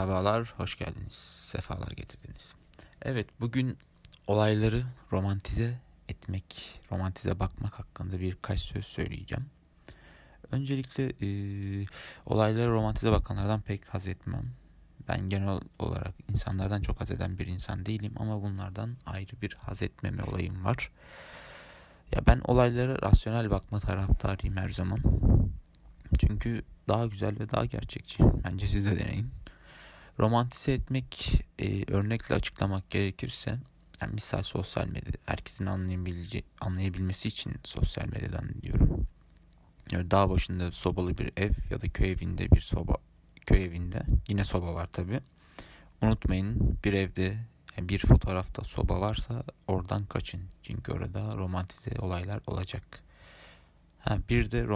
Merhabalar, hoş geldiniz, sefalar getirdiniz. Evet, bugün olayları romantize etmek, romantize bakmak hakkında birkaç söz söyleyeceğim. Öncelikle olayları romantize bakanlardan pek haz etmem. Ben genel olarak insanlardan çok haz eden bir insan değilim ama bunlardan ayrı bir haz etmeme olayım var. Ya ben olaylara rasyonel bakma taraftarıyım her zaman. Çünkü daha güzel ve daha gerçekçi. Bence siz de deneyin. Romantize etmek, örnekle açıklamak gerekirse, yani misal sosyal medya, herkesin anlayabilmesi için sosyal medyadan diyorum. Yani dağ başında sobalı bir ev ya da köy evinde yine soba var tabi. Unutmayın, bir evde bir fotoğrafta soba varsa oradan kaçın. Çünkü orada romantize olaylar olacak. Bir de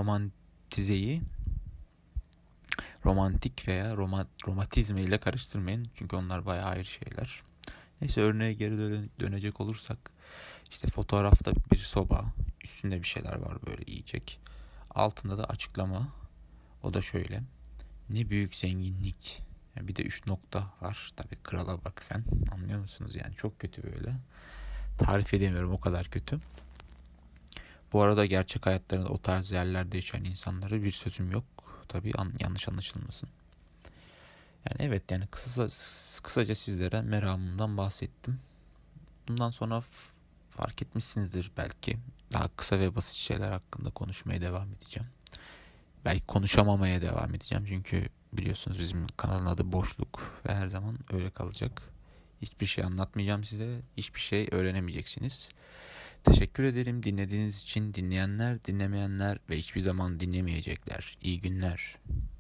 romantik veya romatizme ile karıştırmayın. Çünkü onlar bayağı ayrı şeyler. Neyse, örneğe geri dönecek olursak, işte fotoğrafta bir soba, üstünde bir şeyler var böyle yiyecek. Altında da açıklama. O da şöyle: ne büyük zenginlik. Yani bir de 3 nokta var. Tabii krala bak sen. Anlıyor musunuz yani? Çok kötü böyle. Tarif edemiyorum, o kadar kötü. Bu arada gerçek hayatlarında o tarz yerlerde yaşayan insanlara bir sözüm yok. Tabii yanlış anlaşılmasın. Yani evet, yani kısaca sizlere meramımdan bahsettim. Bundan sonra fark etmişsinizdir belki. Daha kısa ve basit şeyler hakkında konuşmaya devam edeceğim. Belki konuşamamaya devam edeceğim. Çünkü biliyorsunuz bizim kanalın adı Boşluk ve her zaman öyle kalacak. Hiçbir şey anlatmayacağım size. Hiçbir şey öğrenemeyeceksiniz. Teşekkür ederim dinlediğiniz için, dinleyenler, dinlemeyenler ve hiçbir zaman dinlemeyecekler. İyi günler.